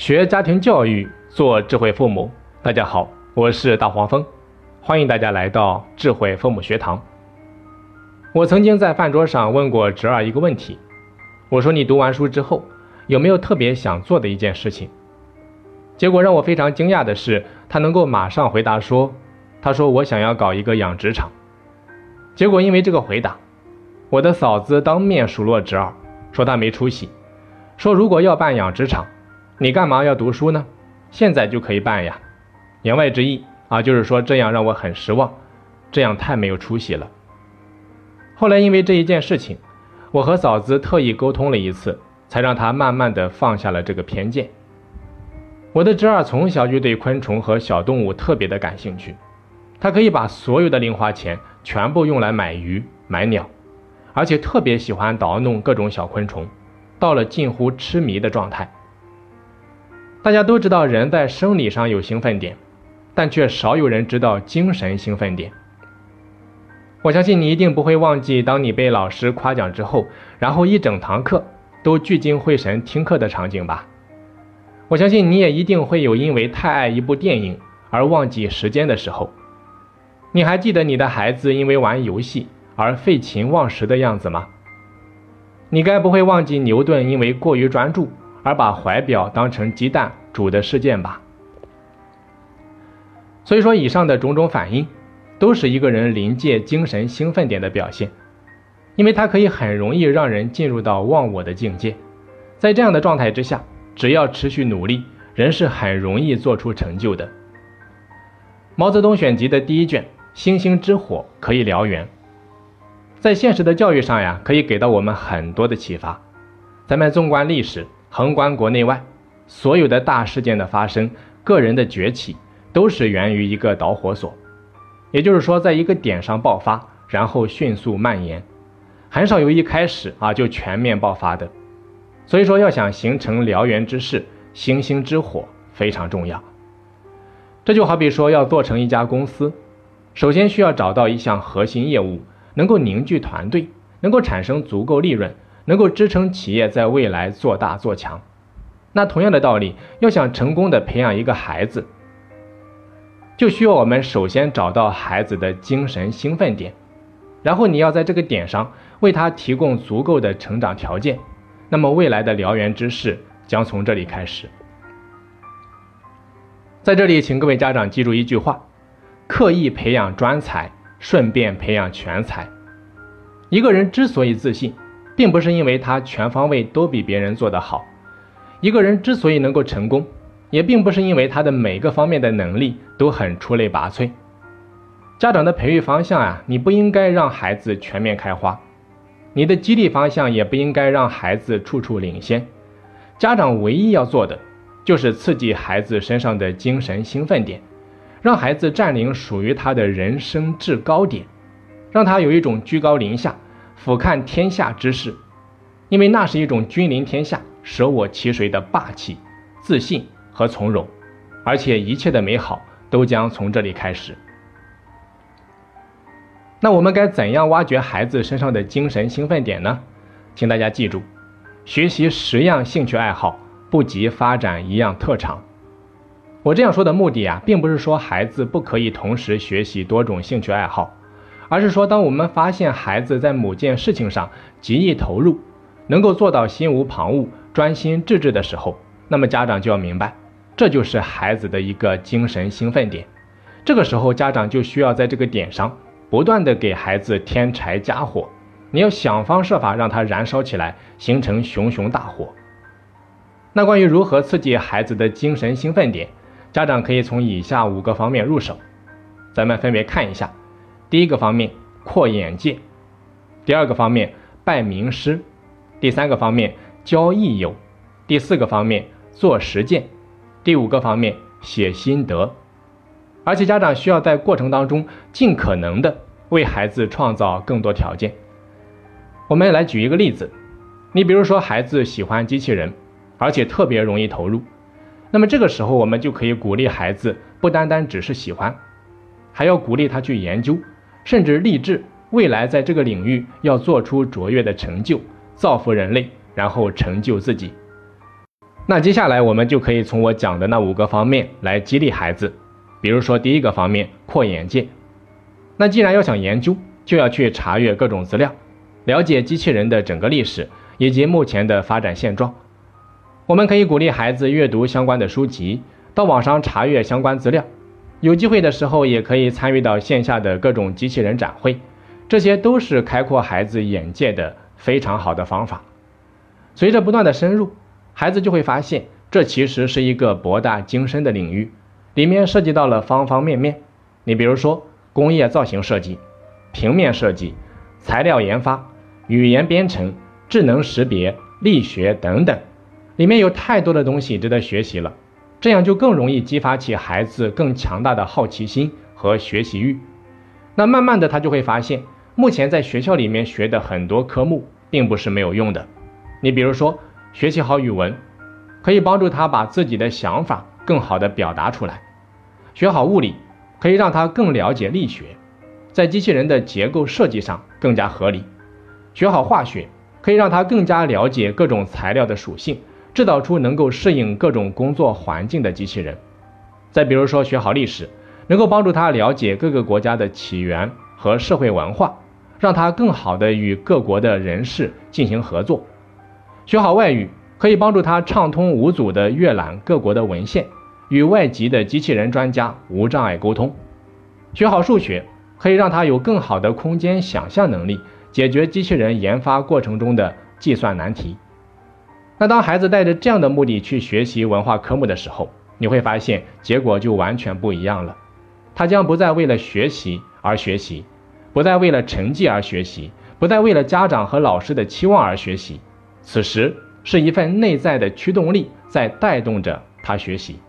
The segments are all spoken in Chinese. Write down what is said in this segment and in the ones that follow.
学家庭教育，做智慧父母。大家好，我是大黄蜂，欢迎大家来到智慧父母学堂。我曾经在饭桌上问过侄儿一个问题，我说你读完书之后有没有特别想做的一件事情？结果让我非常惊讶的是，他能够马上回答说，他说我想要搞一个养殖场。结果因为这个回答，我的嫂子当面数落侄儿，说他没出息，说如果要办养殖场，你干嘛要读书呢？现在就可以办呀。言外之意就是说这样让我很失望，这样太没有出息了。后来因为这一件事情，我和嫂子特意沟通了一次，才让她慢慢的放下了这个偏见。我的侄儿从小就对昆虫和小动物特别的感兴趣，他可以把所有的零花钱全部用来买鱼买鸟，而且特别喜欢捣弄各种小昆虫，到了近乎痴迷的状态。大家都知道人在生理上有兴奋点，但却少有人知道精神兴奋点。我相信你一定不会忘记当你被老师夸奖之后，然后一整堂课都聚精会神听课的场景吧。我相信你也一定会有因为太爱一部电影而忘记时间的时候。你还记得你的孩子因为玩游戏而废寝忘食的样子吗？你该不会忘记牛顿因为过于专注而把怀表当成鸡蛋煮的事件吧？所以说以上的种种反应都是一个人临界精神兴奋点的表现，因为它可以很容易让人进入到忘我的境界。在这样的状态之下，只要持续努力，人是很容易做出成就的。毛泽东选集的第一卷星星之火可以燎原，在现实的教育上可以给到我们很多的启发。咱们纵观历史，横观国内外，所有的大事件的发生，个人的崛起，都是源于一个导火索。也就是说，在一个点上爆发，然后迅速蔓延，很少有一开始就全面爆发的。所以说要想形成燎原之势，星星之火非常重要。这就好比说要做成一家公司，首先需要找到一项核心业务，能够凝聚团队，能够产生足够利润，能够支撑企业在未来做大做强。那同样的道理，要想成功的培养一个孩子，就需要我们首先找到孩子的精神兴奋点，然后你要在这个点上为他提供足够的成长条件，那么未来的燎原之势将从这里开始。在这里请各位家长记住一句话，刻意培养专才，顺便培养全才。一个人之所以自信，并不是因为他全方位都比别人做得好，一个人之所以能够成功，也并不是因为他的每个方面的能力都很出类拔萃。家长的培育方向你不应该让孩子全面开花，你的激励方向也不应该让孩子处处领先。家长唯一要做的就是刺激孩子身上的精神兴奋点，让孩子占领属于他的人生制高点，让他有一种居高临下俯瞰天下之势，因为那是一种君临天下舍我其谁的霸气、自信和从容，而且一切的美好都将从这里开始。那我们该怎样挖掘孩子身上的精神兴奋点呢？请大家记住，学习10样兴趣爱好不及发展1样特长。我这样说的目的并不是说孩子不可以同时学习多种兴趣爱好，而是说当我们发现孩子在某件事情上极易投入，能够做到心无旁骛、专心致志的时候，那么家长就要明白，这就是孩子的一个精神兴奋点。这个时候家长就需要在这个点上不断的给孩子添柴加火，你要想方设法让他燃烧起来，形成熊熊大火。那关于如何刺激孩子的精神兴奋点，家长可以从以下5个方面入手，咱们分别看一下。第一个方面，扩眼界；第二个方面，拜名师；第三个方面，交益友；第四个方面，做实践；第5个方面，写心得。而且家长需要在过程当中尽可能的为孩子创造更多条件。我们来举一个例子，你比如说孩子喜欢机器人，而且特别容易投入，那么这个时候我们就可以鼓励孩子不单单只是喜欢，还要鼓励他去研究，甚至立志未来在这个领域要做出卓越的成就，造福人类，然后成就自己。 那接下来我们就可以从我讲的那5个方面来激励孩子。比如说第一个方面，扩眼界。那既然要想研究，就要去查阅各种资料，了解机器人的整个历史以及目前的发展现状。我们可以鼓励孩子阅读相关的书籍，到网上查阅相关资料，有机会的时候也可以参与到线下的各种机器人展会，这些都是开阔孩子眼界的非常好的方法。随着不断的深入，孩子就会发现这其实是一个博大精深的领域，里面涉及到了方方面面。你比如说工业造型设计、平面设计、材料研发、语言编程、智能识别、力学等等，里面有太多的东西值得学习了，这样就更容易激发起孩子更强大的好奇心和学习欲。那慢慢的他就会发现，目前在学校里面学的很多科目并不是没有用的。你比如说学习好语文，可以帮助他把自己的想法更好的表达出来；学好物理，可以让他更了解力学，在机器人的结构设计上更加合理；学好化学，可以让他更加了解各种材料的属性，制造出能够适应各种工作环境的机器人。再比如说学好历史，能够帮助他了解各个国家的起源和社会文化，让他更好的与各国的人士进行合作。学好外语，可以帮助他畅通无阻地阅览各国的文献，与外籍的机器人专家无障碍沟通。学好数学，可以让他有更好的空间想象能力，解决机器人研发过程中的计算难题。那当孩子带着这样的目的去学习文化科目的时候，你会发现结果就完全不一样了。他将不再为了学习而学习，不再为了成绩而学习，不再为了家长和老师的期望而学习，此时是一份内在的驱动力在带动着他学习。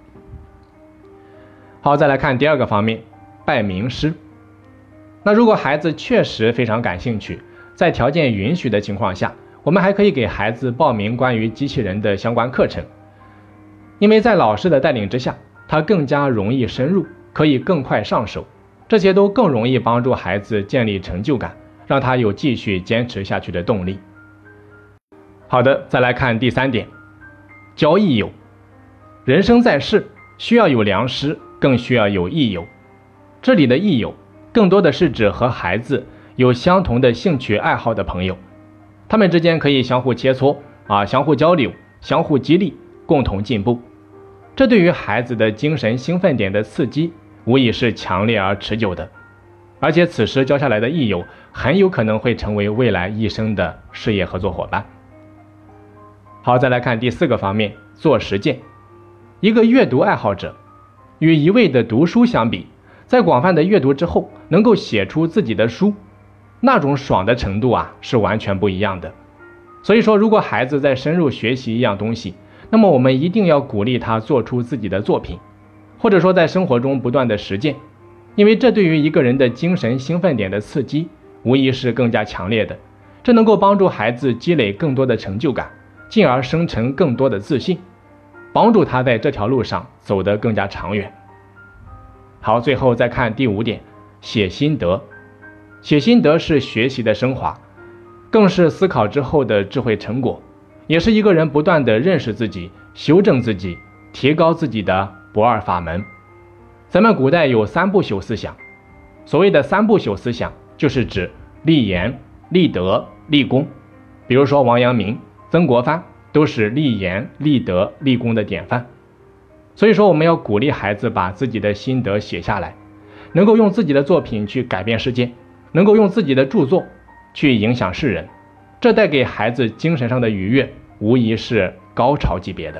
好，再来看第二个方面，拜名师。那如果孩子确实非常感兴趣，在条件允许的情况下，我们还可以给孩子报名关于机器人的相关课程，因为在老师的带领之下，他更加容易深入，可以更快上手，这些都更容易帮助孩子建立成就感，让他有继续坚持下去的动力。好的，再来看第3点，交益友。人生在世，需要有良师，更需要有益友。这里的益友更多的是指和孩子有相同的兴趣爱好的朋友，他们之间可以相互切磋相互交流，相互激励，共同进步。这对于孩子的精神兴奋点的刺激无疑是强烈而持久的，而且此时交下来的益友很有可能会成为未来一生的事业合作伙伴。好，再来看第4个方面，做实践。一个阅读爱好者与一味的读书相比，在广泛的阅读之后能够写出自己的书，那种爽的程度是完全不一样的。所以说，如果孩子在深入学习一样东西，那么我们一定要鼓励他做出自己的作品，或者说在生活中不断的实践，因为这对于一个人的精神兴奋点的刺激无疑是更加强烈的，这能够帮助孩子积累更多的成就感，进而生成更多的自信，帮助他在这条路上走得更加长远。好，最后再看第5点，写心得。写心得是学习的升华，更是思考之后的智慧成果，也是一个人不断地认识自己、修正自己、提高自己的不二法门。咱们古代有3不朽思想，所谓的3不朽思想就是指立言、立德、立功。比如说王阳明、曾国藩都是立言、立德、立功的典范。所以说我们要鼓励孩子把自己的心得写下来，能够用自己的作品去改变世界，能够用自己的著作去影响世人，这带给孩子精神上的愉悦无疑是高潮级别的。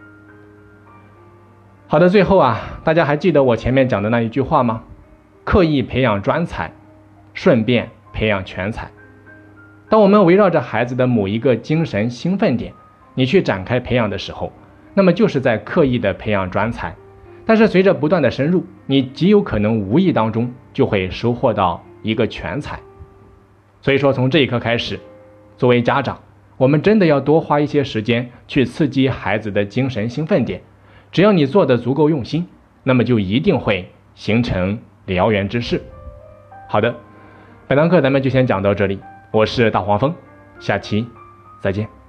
好的，最后大家还记得我前面讲的那一句话吗？刻意培养专才，顺便培养全才。当我们围绕着孩子的某一个精神兴奋点，你去展开培养的时候，那么就是在刻意的培养专才，但是随着不断的深入，你极有可能无意当中就会收获到一个全才。所以说从这一刻开始，作为家长，我们真的要多花一些时间去刺激孩子的精神兴奋点，只要你做得足够用心，那么就一定会形成燎原之势。好的，本堂课咱们就先讲到这里，我是大黄蜂，下期再见。